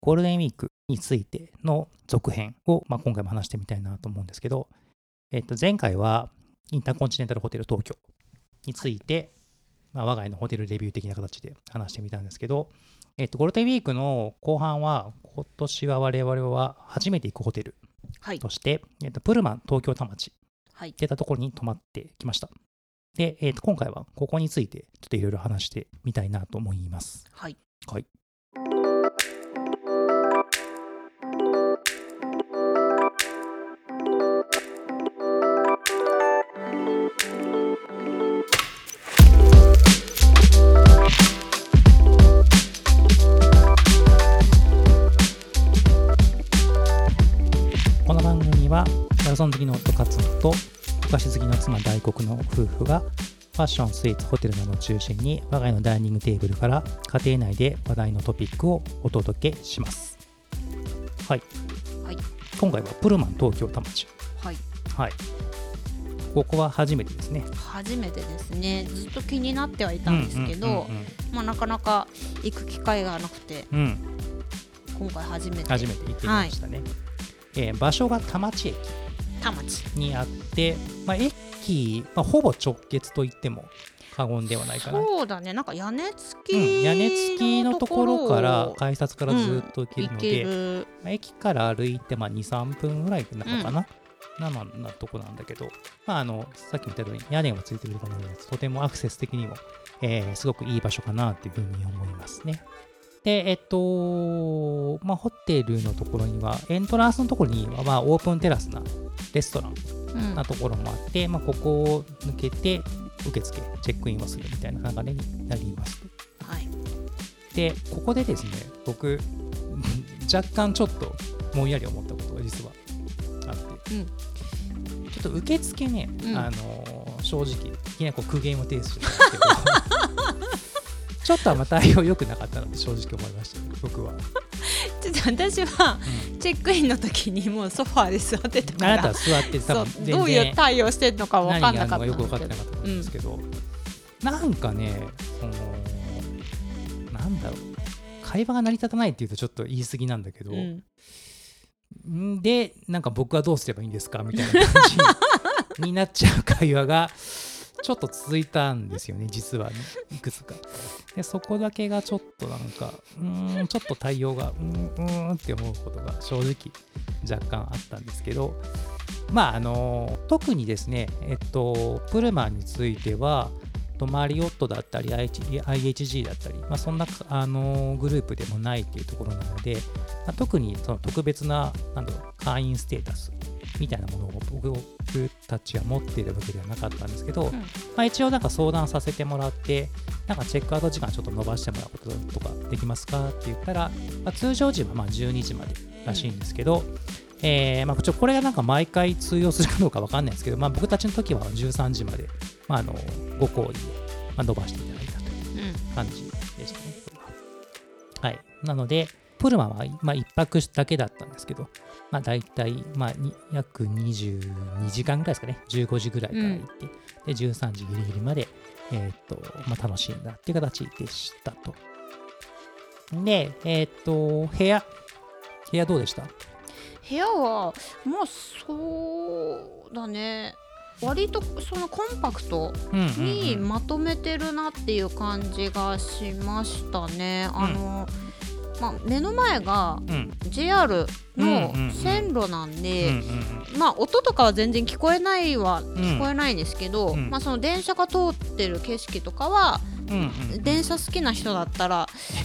ゴールデンウィークについての続編を、今回も話してみたいなと思うんですけど、前回はインターコンチネンタルホテル東京について、我が家のホテルレビュー的な形で話してみたんですけど、ゴールデンウィークの後半は、今年は我々は初めて行くホテルとして、プルマン東京田町っていったところに泊まってきました。で、今回はここについてちょっといろいろ話してみたいなと思います。 はい。 はい。この番組はマラソン好きの夫勝野とお菓子好きの妻大黒の夫婦がファッション、スイーツ、ホテルなどを中心に我が家のダイニングテーブルから家庭内で話題のトピックをお届けします。はい。 はい。 今回はプルマン東京田町。 はい。 はい。ここは初めてですね。 初めてですね。ずっと気になってはいたんですけど、なかなか行く機会がなくて、今回初めて行ってみましたね。場所が田町駅にあって、駅、ほぼ直結と言っても過言ではないかな。 そうだね。なんか屋根付きのところから改札からずっと行けるので、駅から歩いて2、3分ぐらいなのかな。なとこなんだけど、さっき言ったように屋根がついてるところなので、とてもアクセス的にも、すごくいい場所かなというふうに思いますね。で、ホテルのところには、エントランスのところには、オープンテラスなレストランなところもあって、ここを抜けて受付、チェックインをするみたいな流れになります。 はい。 で、ここでですね、僕、若干ちょっともんやり思ったことが実はあって、ちょっと受付ね、正直、いきなり苦言を呈してたんですけど、ちょっと対応良くなかったので正直思いましたね、僕は。 ちょっと私は、チェックインの時にもうソファーで座ってたから、 あなたは座って多分全然どういう対応してるのか分かんなかったんよく分かってなかったんですけど、なんかね、なんだろう、会話が成り立たないっていうとちょっと言い過ぎなんだけど、で、なんか僕はどうすればいいんですかみたいな感じになっちゃう会話がちょっと続いたんですよね、実はね、いくつか。で、そこだけがちょっとなんか、ちょっと対応が、って思うことが正直若干あったんですけど、特にですね、プルマンについては、マリオットだったり IHG だったり、そんなグループでもないっていうところなので、特にその特別な会員ステータスみたいなものを僕たちは持っているわけではなかったんですけど、一応相談させてもらって、チェックアウト時間ちょっと伸ばしてもらうこととかできますかって言ったら、通常時は12時までらしいんですけど、これが毎回通用するかどうか分かんないですけど、僕たちの時は13時まで、ご好意を伸ばしていただいたという感じでしたね。はい。なので、プルマンは1泊だけだったんですけど、だいたい約22時間ぐらいですかね、15時ぐらいから行って、で13時ギリギリまで、楽しんだっていう形でしたと。で、部屋どうでした？ 部屋はそうだね、割とそのコンパクトにまとめてるなっていう感じがしましたね。目の前が JR の線路なんで、音とかは全然聞こえないんですけど、その電車が通ってる景色とかは、電車好きな人だったら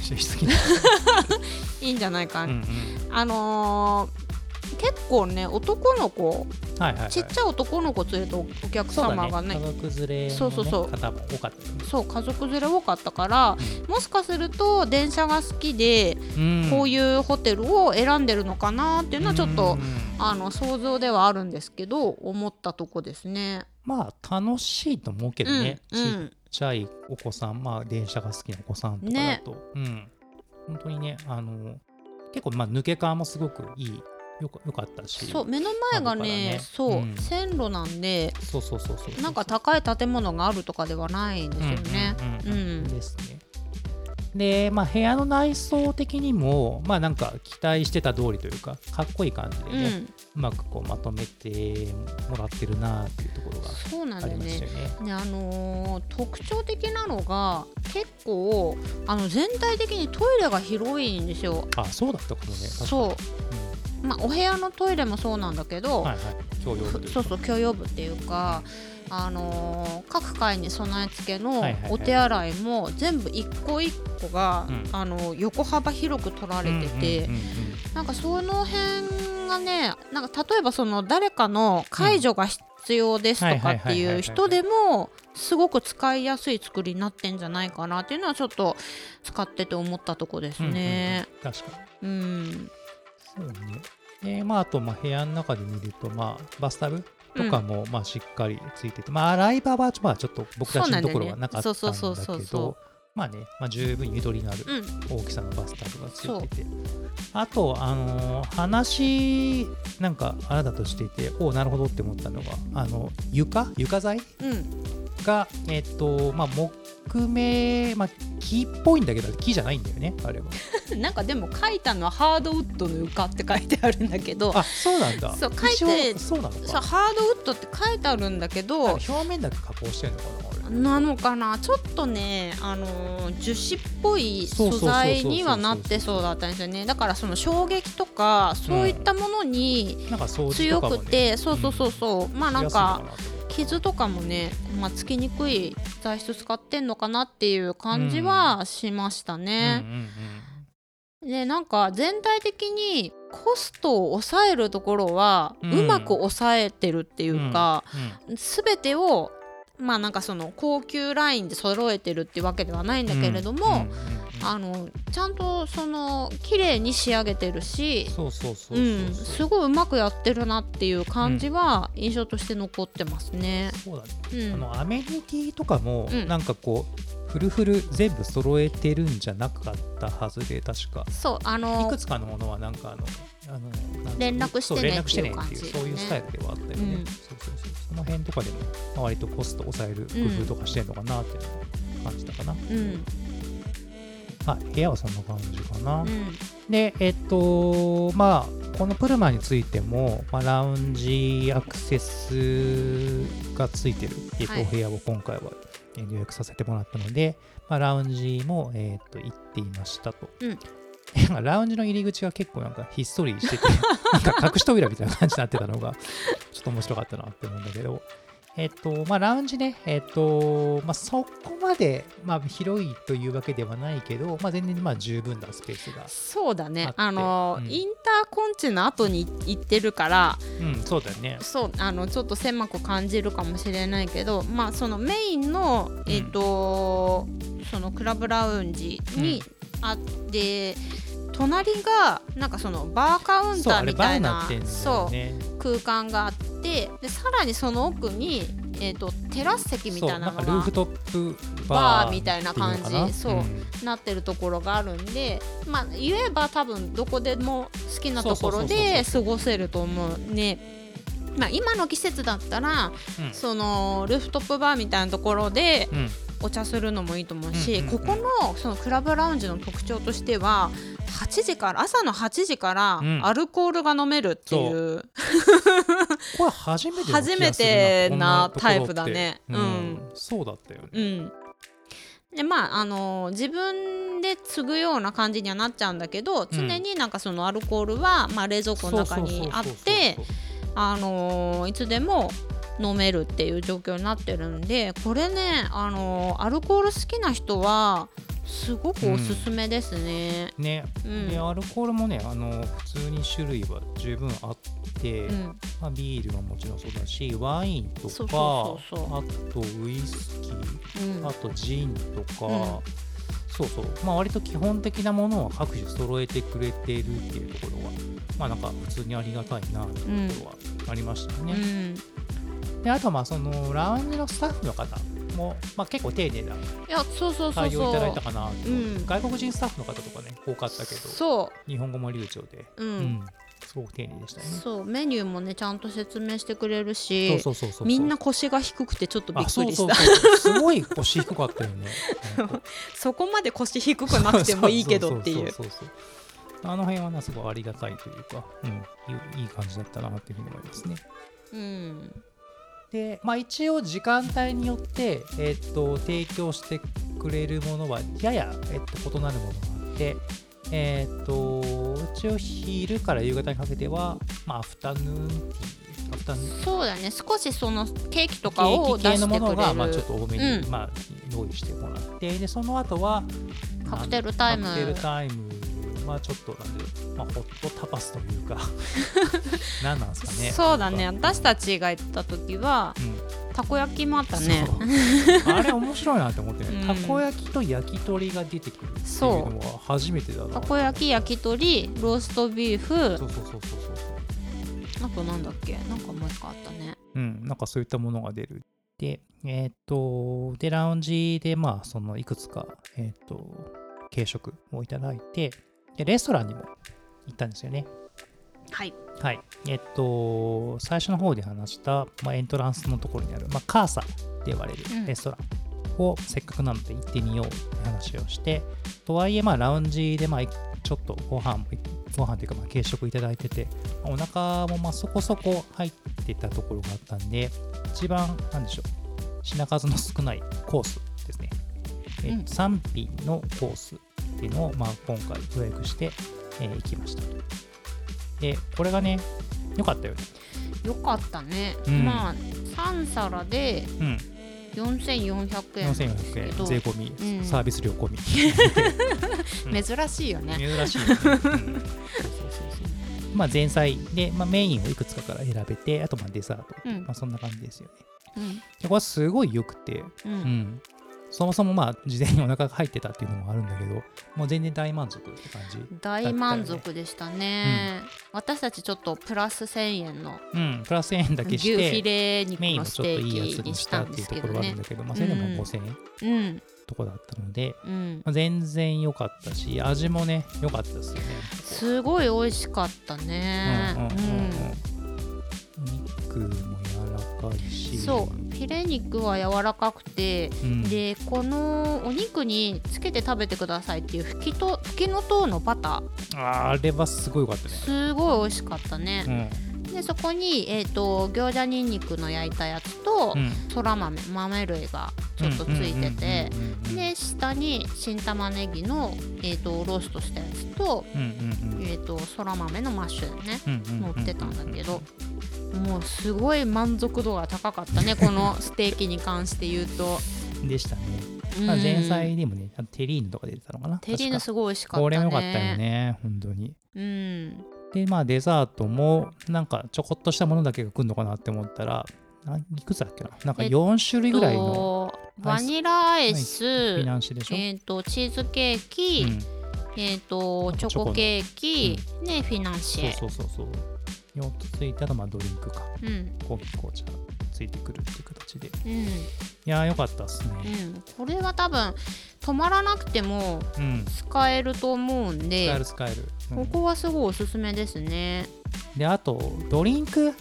いいんじゃないかな。結構ね、男の子、ちっちゃい男の子連れたお客様がね、 家族連れの、方も多かったですね。 そう、家族連れ多かったから、もしかすると電車が好きで、こういうホテルを選んでるのかなっていうのはちょっと想像ではあるんですけど、思ったとこですね。 楽しいと思うけどね、ちっちゃいお子さん、電車が好きなお子さんとかだと、本当にね、結構抜け感もすごくよかったし、 そう、目の前がね、線路なんで、なんか高い建物があるとかではないんですよね。 ですね。 で、部屋の内装的にも、なんか期待してた通りというか、かっこいい感じでね、うまくこうまとめてもらってるなっていうところがありましたよね。 特徴的なのが結構全体的にトイレが広いんですよ。 あ、そうだったかもね。 そう、お部屋のトイレもそうなんだけど、 共用部というか、 そう共用部っていうか、各階に備え付けのお手洗いも全部一個一個が、横幅広く取られてて、なんかその辺がね、なんか例えばその誰かの介助が必要ですとかっていう人でもすごく使いやすい作りになってんじゃないかなっていうのはちょっと使ってて思ったとこですね。 確かに。そうね。あと部屋の中で見ると、バスタブとかもしっかりついてて、洗い場はちょっと僕たちのところはなかったんだけど、十分ゆとりのある大きさのバスタブがついてて、あと話なんかあれだとしていて、なるほどって思ったのが、床材、が木目、木っぽいんだけど木じゃないんだよね、あれは。 なんかでも書いたのはハードウッドの床って書いてあるんだけど、 あ、そうなんだ。 そう書いて、 そうなのか。 そうハードウッドって書いてあるんだけど、 表面だけ加工してるのかな、 なのかな。ちょっとね、樹脂っぽい素材にはなってそうだったんですよね。だからその衝撃とかそういったものに強くて、なんか傷とかもね、つきにくい材質使ってんのかなっていう感じはしましたね。で、なんか全体的にコストを抑えるところはうまく抑えてるっていうか、全てをなんかその高級ラインで揃えてるっていうわけではないんだけれども、ちゃんとその綺麗に仕上げてるし、すごいうまくやってるなっていう感じは印象として残ってますね。 そうだね。アメニティとかもなんかこう、フルフル全部揃えてるんじゃなかったはずで、確かいくつかのものはなんか連絡してねっていう感じ、 そういうスタイルではあったよね。その辺とかでも割とコストを抑える工夫とかしてるのかなっていうのを感じたかな。部屋はそんな感じかな。で、このプルマについても、ラウンジアクセスがついてる、お部屋を今回は予約させてもらったので、ラウンジも、行っていましたと。ラウンジの入り口が結構なんかひっそりしててなんか隠し扉みたいな感じになってたのがちょっと面白かったなって思うんだけど、ラウンジね、そこまで、広いというわけではないけど、全然十分なスペースが。 そうだね。インターコンチの後に行ってるから、 そうだよね。 そう、ちょっと狭く感じるかもしれないけど、そのメインのそのクラブラウンジにあって、隣がなんかそのバーカウンターみたいな空間があって、でさらにその奥に、テラス席みたいなのがルーフトップバーみたいな感じなってるところがあるんで、言えば多分どこでも好きなところで過ごせると思うね。今の季節だったら、そのルーフトップバーみたいなところでお茶するのもいいと思うし、ここのそのクラブラウンジの特徴としては朝の8時からアルコールが飲めるっていう、 これ初めてなタイプだね。 そうだったよね。 で自分で継ぐような感じにはなっちゃうんだけど、常になんかそのアルコールは冷蔵庫の中にあって、いつでも飲めるっていう状況になってるんで、これね、アルコール好きな人はすごくおすすめですね。 でアルコールもね、普通に種類は十分あって、ビールももちろんそうだし、ワインとか、あとウイスキー、あとジンとか、割と基本的なものは各種揃えてくれているっていうところは、なんか普通にありがたいなっていうところはありましたよね。で、あとはそのラウンジのスタッフの方も、結構丁寧な対応いただいたかなと。外国人スタッフの方とかね、多かったけど、日本語も流暢で、すすごく丁寧でしたよね。 そうメニューもねちゃんと説明してくれるし、 そうみんな腰が低くてちょっとびっくりした。 そうすごい腰低かったよねそこまで腰低くなくてもいいけどっていう。 あの辺はねすごいありがたいというか、いい感じだったなっていうふうに思いますね。で、一応時間帯によって、提供してくれるものはやや、異なるものがあって、一応昼から夕方にかけては、アフタヌーンティー、 そうだね、少しそのケーキとかを出してくれる系のものが、ちょっと多めに、用意してもらって、でその後はカクテルタイム、 ちょっとなんで、ホットタパスというか何なんですかね。 そうだね、私たちが行った時は、たこ焼きもあったね。 あれ面白いなって思ってね、たこ焼きと焼き鳥が出てくるっていうのは初めてだな。 たこ焼き、焼き鳥、ローストビーフ、あとなんだっけ、なんかもう一個あったね。 なんかそういったものが出る。で、でラウンジでそのいくつか軽食をいただいて、でレストランにも行ったんですよね。 はい。 最初の方で話した、エントランスのところにある、カーサって呼ばれるレストランをせっかくなので行ってみようって話をして、とはいえラウンジでちょっとご飯というか軽食いただいてて、お腹もそこそこ入ってたところがあったんで、一番なんでしょう、品数の少ないコースですね。3品のコースっていうのを、今回予約して、行きました。でこれがね良かったよね。 良かったね。3皿で4400円ですけど、 税込み、サービス料込み珍しいよね。 珍しいよね。前菜で、メインをいくつかから選べて、あとデザート、そんな感じですよね。でこれはすごい良くて、そもそも事前にお腹が入ってたっていうのもあるんだけど、もう全然大満足って感じ、 大満足でしたね。私たちちょっとプラス1000円の、 プラス1000円だけして牛フィレ肉のステーキメインをちょっといいやつにしたっていうところがあるんだけど、それでも5000円とこだったので、全然良かったし、味もね良かったですよね。 すごい美味しかったね。 肉も柔らかいし、 そうフィレ肉は柔らかくて、でこのお肉につけて食べてくださいっていうふきのとうのバター、 あれはすごい良かったね。 すごい美味しかったね。でそこに、餃子にんにくの焼いたやつと、そら豆類がちょっとついてて、で下に新玉ねぎの、ローストしたやつと、そら豆のマッシュでね乗ってたんだけど、もうすごい満足度が高かったねこのステーキに関して言うと。 でしたね。前菜にもねテリーヌとか出てたのかな。 テリーヌすごい美味しかったね。 これも良かったよね本当に。でデザートもなんかちょこっとしたものだけが来るのかなって思ったら、いくつだっけな、なんか4種類ぐらいの、 バニラアイス、 フィナンシェでしょ、 チーズケーキ、チョコケーキ、ね、フィナンシェ、 そう4つついたらドリンクか、コーヒー紅茶ついてくるっていう形で、いやーよかったっすね。 これは多分止まらなくても使えると思うんで、 使える、 ここはすごいおすすめですね。 であとドリンク、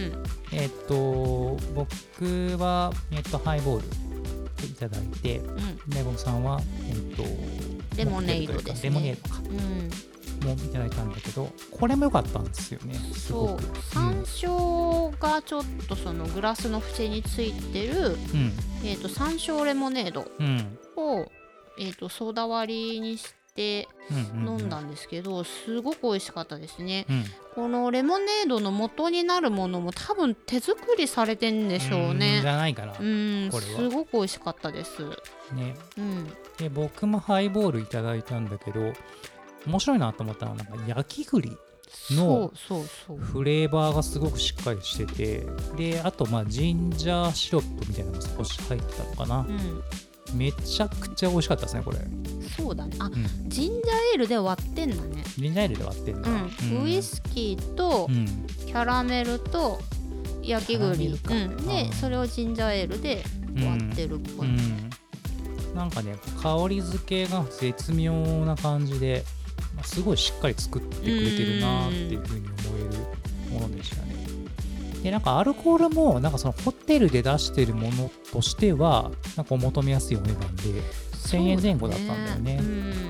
僕は、ハイボールいただいて、レゴさんは、 レモネードですね。 レモネードか、もいただいたんだけど、これも良かったんですよね。すごく山椒がちょっとそのグラスの縁についてる、山椒レモネードを、ソーダ割りにして飲んだんですけど、すごく美味しかったですね。このレモネードの元になるものも多分手作りされてんでしょうね。 じゃないかな。これはすごく美味しかったですね。で僕もハイボールいただいたんだけど、面白いなと思ったのはなんか焼き栗のフレーバーがすごくしっかりしてて、であとジンジャーシロップみたいなのが少し入ってたのかな、めちゃくちゃ美味しかったですねこれ。 そうだね。ジンジャーエールで割ってんだね。 ジンジャーエールで割ってんだ。 ウイスキーとキャラメルと焼き栗、でそれをジンジャーエールで割ってるっぽい。なんかね香り付けが絶妙な感じで、 すごいしっかり作ってくれてるなっていうふうに思えるものでしたね。でなんかアルコールもなんかそのホテルで出してるものとしてはなんかお求めやすいお値段で1000円前後だったんだよね。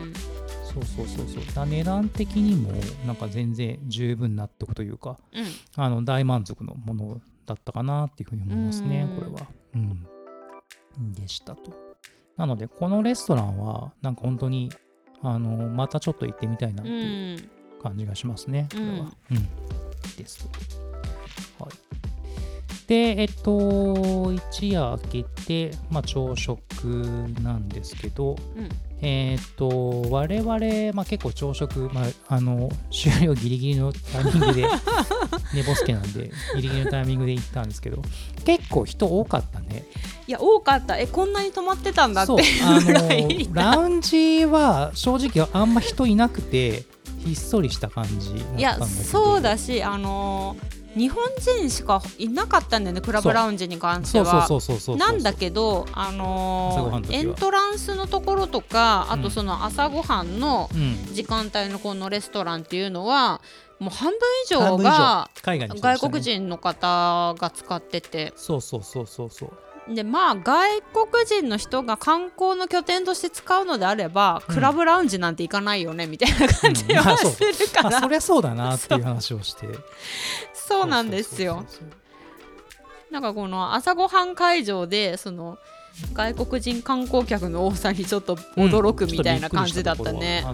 そう値段的にもなんか全然十分納得というか、大満足のものだったかなっていうふうに思いますね、これは。でしたと。なのでこのレストランはなんか本当にまたちょっと行ってみたいなっていう感じがしますね、これは。ですと。はい。で、一夜明けて、朝食なんですけど、我々、結構朝食、終了ギリギリのタイミングで、寝ぼすけなんで、ギリギリのタイミングで行ったんですけど、結構人多かったね。 いや、多かった。こんなに泊まってたんだっていうぐらい。 ラウンジは正直あんま人いなくて、ひっそりした感じだったんだけど。 いや、そうだし、日本人しかいなかったんだよね、クラブラウンジに関しては。なんだけど、エントランスのところとか、あとその朝ごはんの時間帯のこのレストランっていうのは、もう半分以上が外国人の方が使ってて。で外国人の人が観光の拠点として使うのであれば、クラブラウンジなんて行かないよねみたいな感じはするから、 そりゃそうだなっていう話をしてそうなんですよ。なんかこの朝ごはん会場でその外国人観光客の多さにちょっと驚くみたいな感じだったね。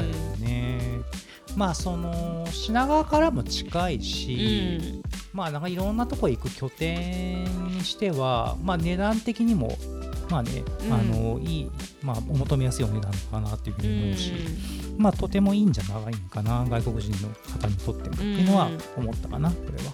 その品川からも近いし、なんかいろんなとこ行く拠点にしては、値段的にもいい、お求めやすいお値段かなっていうふうに思うし、とてもいいんじゃないかな、外国人の方にとってもっていうのは思ったかな、これは。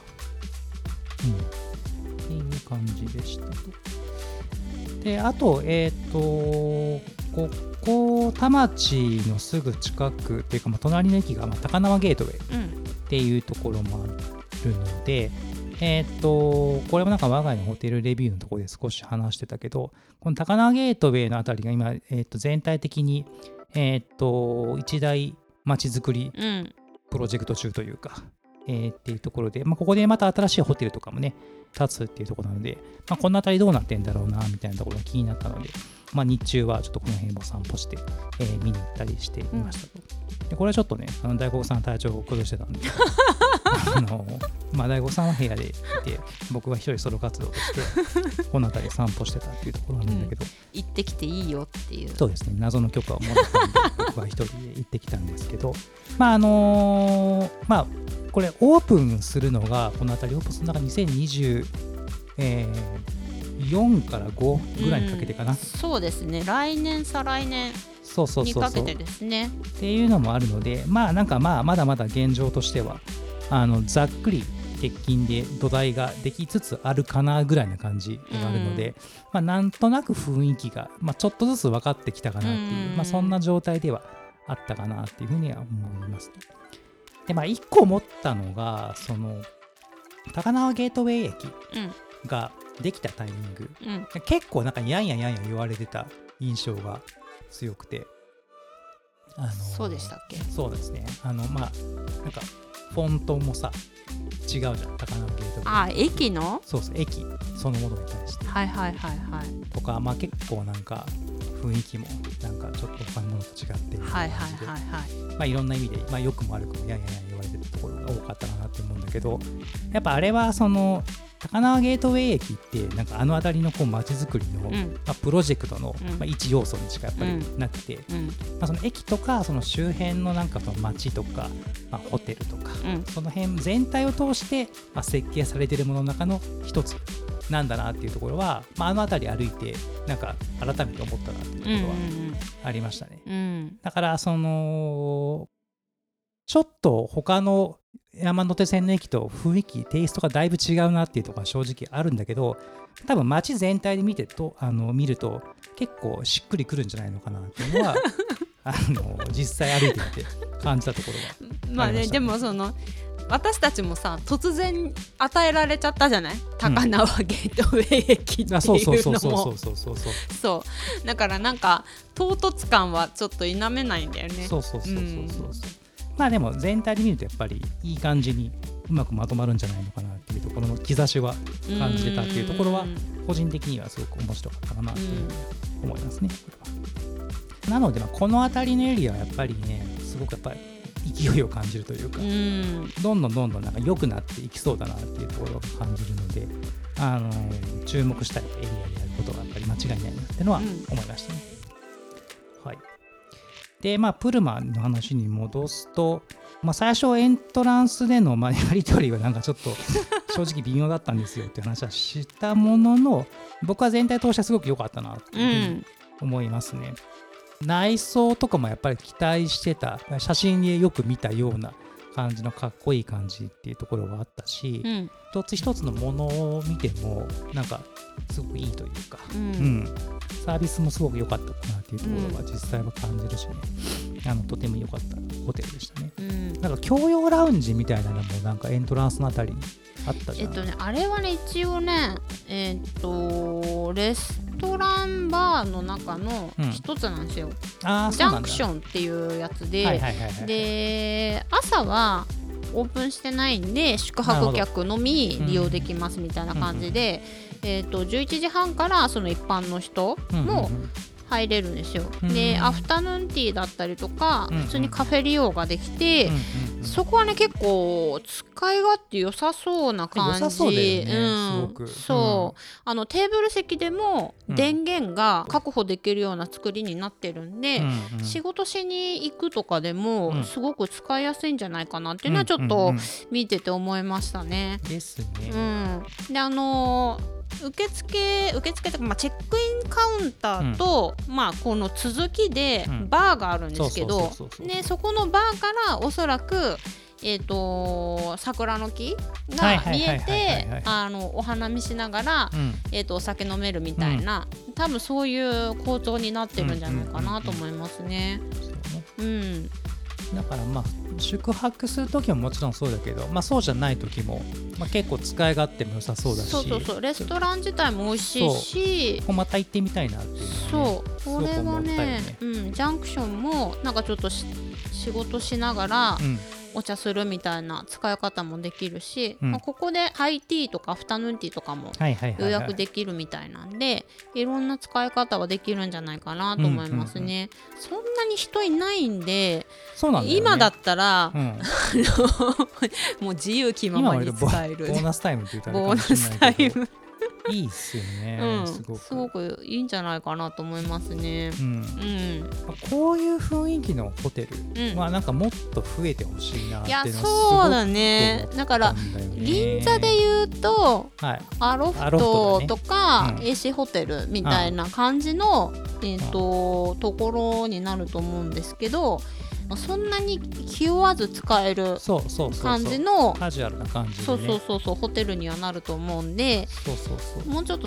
っていう感じでしたと。で、あと、ここ田町のすぐ近くっていうか、隣の駅が高輪ゲートウェイっていうところもあるので、これもなんか我が家のホテルレビューのところで少し話してたけど、この高輪ゲートウェイのあたりが今、全体的に、一大街づくりプロジェクト中というか、っていうところで、ここでまた新しいホテルとかもね立つっていうところなので、この辺りどうなってんだろうなみたいなところが気になったので、日中はちょっとこの辺も散歩して、見に行ったりしていましたと。でこれはちょっとね、大黒さん体調を崩してたんで大黒さんは部屋でいて、僕は一人ソロ活動としてこの辺り散歩してたっていうところなんだけど、 行ってきていいよっていう。 そうですね、謎の許可をもらったんで僕は一人で行ってきたんですけど、これオープンするのが、この辺りオープンするのが2024から5ぐらいにかけてかな。 そうですね、来年再来年にかけてですね。 っていうのもあるので、なんかまだまだ現状としてはざっくり鉄筋で土台ができつつあるかなぐらいな感じがあるので、なんとなく雰囲気が、ちょっとずつ分かってきたかなっていう、そんな状態ではあったかなっていうふうには思います。で1個思ったのが、その高輪ゲートウェイ駅ができたタイミング、結構なんかやんや言われてた印象が強くて、 そうでしたっけ。 そうですね、なんかフォントもさ違うじゃん、高輪ゲートウェイ。 駅のそう駅そのものに対してとか、結構なんか雰囲気もなんかちょっと他のものと違っている感じで、いろんな意味で、良くも悪くもやん言われてるところが多かったかなって思うんだけど、やっぱあれはその高輪ゲートウェイ駅ってなんか辺りのこう街づくりの、プロジェクトの、一要素にしかやっぱりなくて、その駅とかその周辺のなんかその街とか、ホテルとか、その辺全体を通して、設計されているものの中の一つなんだなっていうところは、辺り歩いてなんか改めて思ったなっていうところはありましたね。だからそのちょっと他の山手線の駅と雰囲気テイストがだいぶ違うなっていうところが正直あるんだけど、多分街全体で見ると結構しっくりくるんじゃないのかなっていうのは実際歩いてみて感じたところがありましたね。 でもその私たちもさ突然与えられちゃったじゃない、高輪ゲートウェイ駅っていうのも、そうだからなんか唐突感はちょっと否めないんだよね。 そう、まあでも全体で見るとやっぱりいい感じにうまくまとまるんじゃないのかなっていうところの兆しは感じてたっていうところは個人的にはすごく面白かったかなと思いますね、これは。なのでこの辺りのエリアはやっぱりねすごくやっぱり勢いを感じるというか、どんどんなんか良くなっていきそうだなっていうところを感じるので、注目したいエリアでやることがやっぱり間違いないなっていうのは思いましたね。はい。でプルマンの話に戻すと、最初エントランスでのやり取りはなんかちょっと正直微妙だったんですよって話はしたものの、僕は全体通してすごく良かったなというふうに思いますね。内装とかもやっぱり期待してた、写真でよく見たような感じのかっこいい感じっていうところはあったし、一つ一つのものを見てもなんかすごくいいというか、サービスもすごく良かったかなっていうところは実際は感じるしね、とても良かったホテルでしたね。なんか共用ラウンジみたいなのもなんかエントランスのあたりにあったじゃん。 あれはね一応ねレストランバーの中の一つなんですよ、ジャンクションっていうやつで、で朝はオープンしてないんで宿泊客のみ利用できますみたいな感じで、11時半からその一般の人も入れるんですよ。でアフタヌーンティーだったりとか普通にカフェ利用ができて、そこはね結構使い勝手良さそうな感じ。そうだよね、すごく。そう、テーブル席でも電源が確保できるような作りになってるんで、仕事しに行くとかでもすごく使いやすいんじゃないかなっていうのはちょっと見てて思いましたね。 ですね。 で受付とか、チェックインカウンターと、この続きでバーがあるんですけど、そこのバーからおそらく桜の木が見えてお花見しながら、お酒飲めるみたいな、多分そういう構造になってるんじゃないかなと思いますね。だから宿泊するときももちろんそうだけど、そうじゃないときも、結構使い勝手も良さそうだし、 そうレストラン自体も美味しいし、 また行ってみたいなっていうのは、ね、 これはね、ジャンクションもなんかちょっと仕事しながら、お茶するみたいな使い方もできるし、ここでハイティーとかアフタヌーンティーとかも予約できるみたいなんで、いろんな使い方はできるんじゃないかなと思いますね。そんなに人いないんで、 そうなんだよね、 今だったら、もう自由気ままに使える。 ボーナスタイムって言ったらボーナスタイムいいっすよね、 すごくいいんじゃないかなと思いますね。 こういう雰囲気のホテルはなんかもっと増えてほしいなっていうのはすごくそうだね。だから銀座で言うと、アロフトとか AC ホテルみたいな感じのところになると思うんですけど、そんなに気負わず使える感じのカジュアルな感じで、 ホテルにはなると思うんで、もうちょっと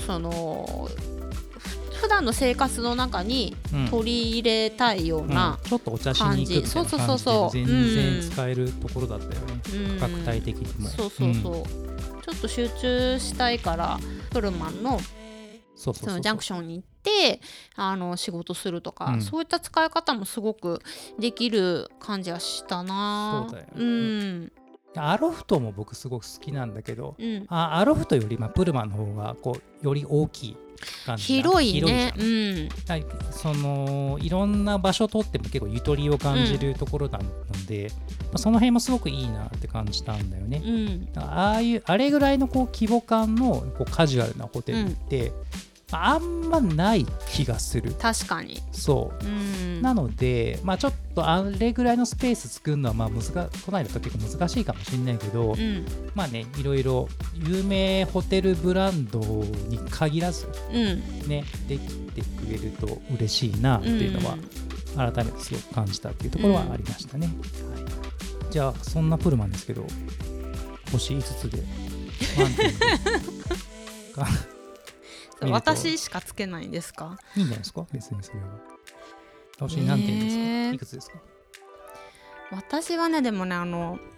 普段の生活の中に取り入れたいようなちょっとお茶しに行くみたいな感じで全然使えるところだったよね、価格帯的にも。 ちょっと集中したいからプルマンのそのジャンクションに行って仕事するとか、そういった使い方もすごくできる感じはしたな。 そうだよ、アロフトも僕すごく好きなんだけど、アロフトよりプルマンの方がより大きい感じ、 広いね。 いろんな場所を取っても結構ゆとりを感じるところなので、その辺もすごくいいなって感じたんだよね。あれぐらいの規模感のカジュアルなホテルって、あんまない気がする。 確かにそう、なのでちょっとあれぐらいのスペース作るのは都内だと結構難しいかもしれないけど、いろいろ有名ホテルブランドに限らず、できてくれると嬉しいなっていうのは改めてすごく感じたっていうところはありましたね。じゃあそんなプルマンですけど、星5つで何点か私しかつけないんですか？ いいんじゃないですか、別にそれは。星何点ですか？いくつですか？ 私はね、でもね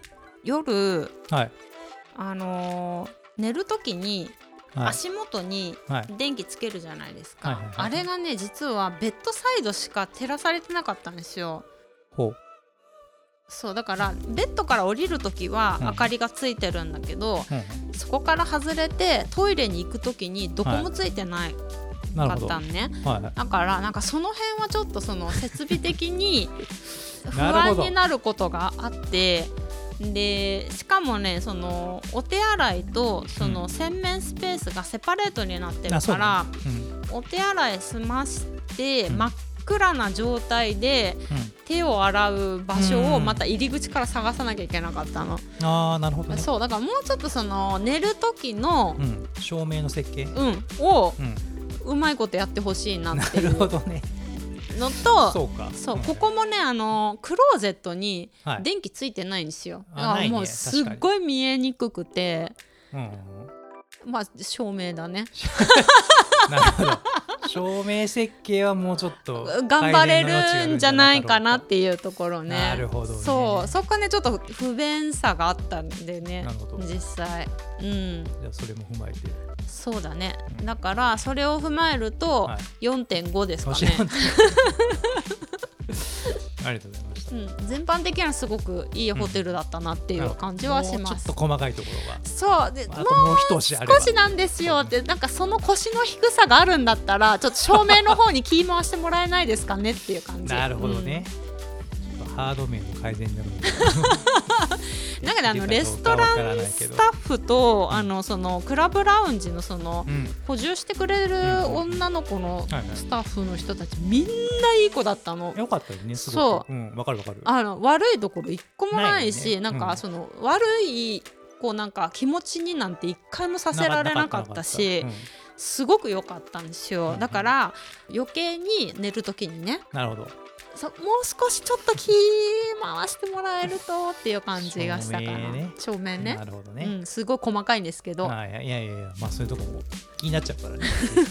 夜、 はい、 寝る時にはい、 足元に電気つけるじゃないですか、 はいはいはいはい、 あれがね実はベッドサイドしか照らされてなかったんですよ。 ほう。 そうだからベッドから降りるときは明かりがついてるんだけど、そこから外れてトイレに行くときにどこもついてない、かったんね、はいはい、だからなんかその辺はちょっとその設備的に不安になることがあってでしかもねそのお手洗いとその洗面スペースがセパレートになってるから、お手洗い済まして真っ暗な状態で手を洗う場所をまた入り口から探さなきゃいけなかったの。 あー、なるほどね。 そうだからもうちょっとその寝る時の、 照明の設計、 を、うまいことやってほしいなっていうなるほどねのと、 そうここもねクローゼットに電気ついてないんですよ、だからもうすっごい見えにくくて、まあ照明だねなるほど。照明設計はもうちょっと頑張れるんじゃないかなっていうところね。 なるほどね。 そこねちょっと不便さがあったんでね。 なるほど。 実際、 じゃあそれも踏まえて。 そうだね、だからそれを踏まえると 4.5 ですかね。 ありがとうございました。 全般的にはすごくいいホテルだったなっていう感じはします。 もうちょっと細かいところが。 そうでもう少しなんですよって、なんかその腰の低さがあるんだったらちょっと照明の方に気回してもらえないですかねっていう感じ。 なるほどね、ちょっとハード面の改善になるのなんかレストランスタッフとそのクラブラウンジのその補充してくれる女の子のスタッフの人たちみんないい子だったの。 よかったよね、すごく。そう、わかるわかる。 悪いところ一個もないし、なんかその悪いこうなんか気持ちになんて一回もさせられなかったし、すごく良かったんですよ。だから余計に寝る時にね、 なるほど、 もう少しちょっと気回してもらえるとっていう感じがしたから。照明ね。なるほどね、すごい細かいんですけど、 いやまあそういうとこも気になっちゃうからね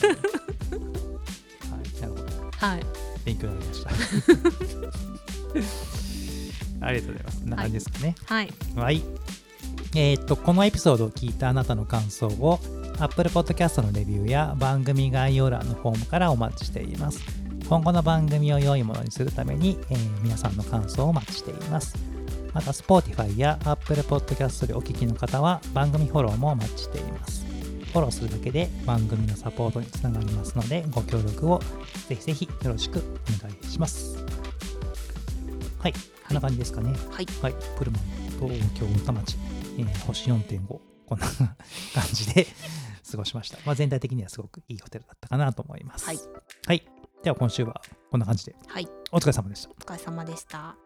はい、なるほど、はい、勉強になりましたありがとうございます。こんな感じですかね。はい、はい、このエピソードを聞いたあなたの感想を Apple Podcast のレビューや番組概要欄のフォームからお待ちしています。今後の番組を良いものにするために、皆さんの感想をお待ちしています。また Spotify や Apple Podcast でお聞きの方は番組フォローもお待ちしています。フォローするだけで番組のサポートにつながりますので、ご協力をぜひぜひよろしくお願いします。はい、こんな感じですかね。はい、はい、プルマン東京田町、星 4.5 こんな感じで過ごしました。まあ、全体的にはすごくいいホテルだったかなと思います。はい、はい、では今週はこんな感じで、はい、お疲れ様でした。 お疲れ様でした。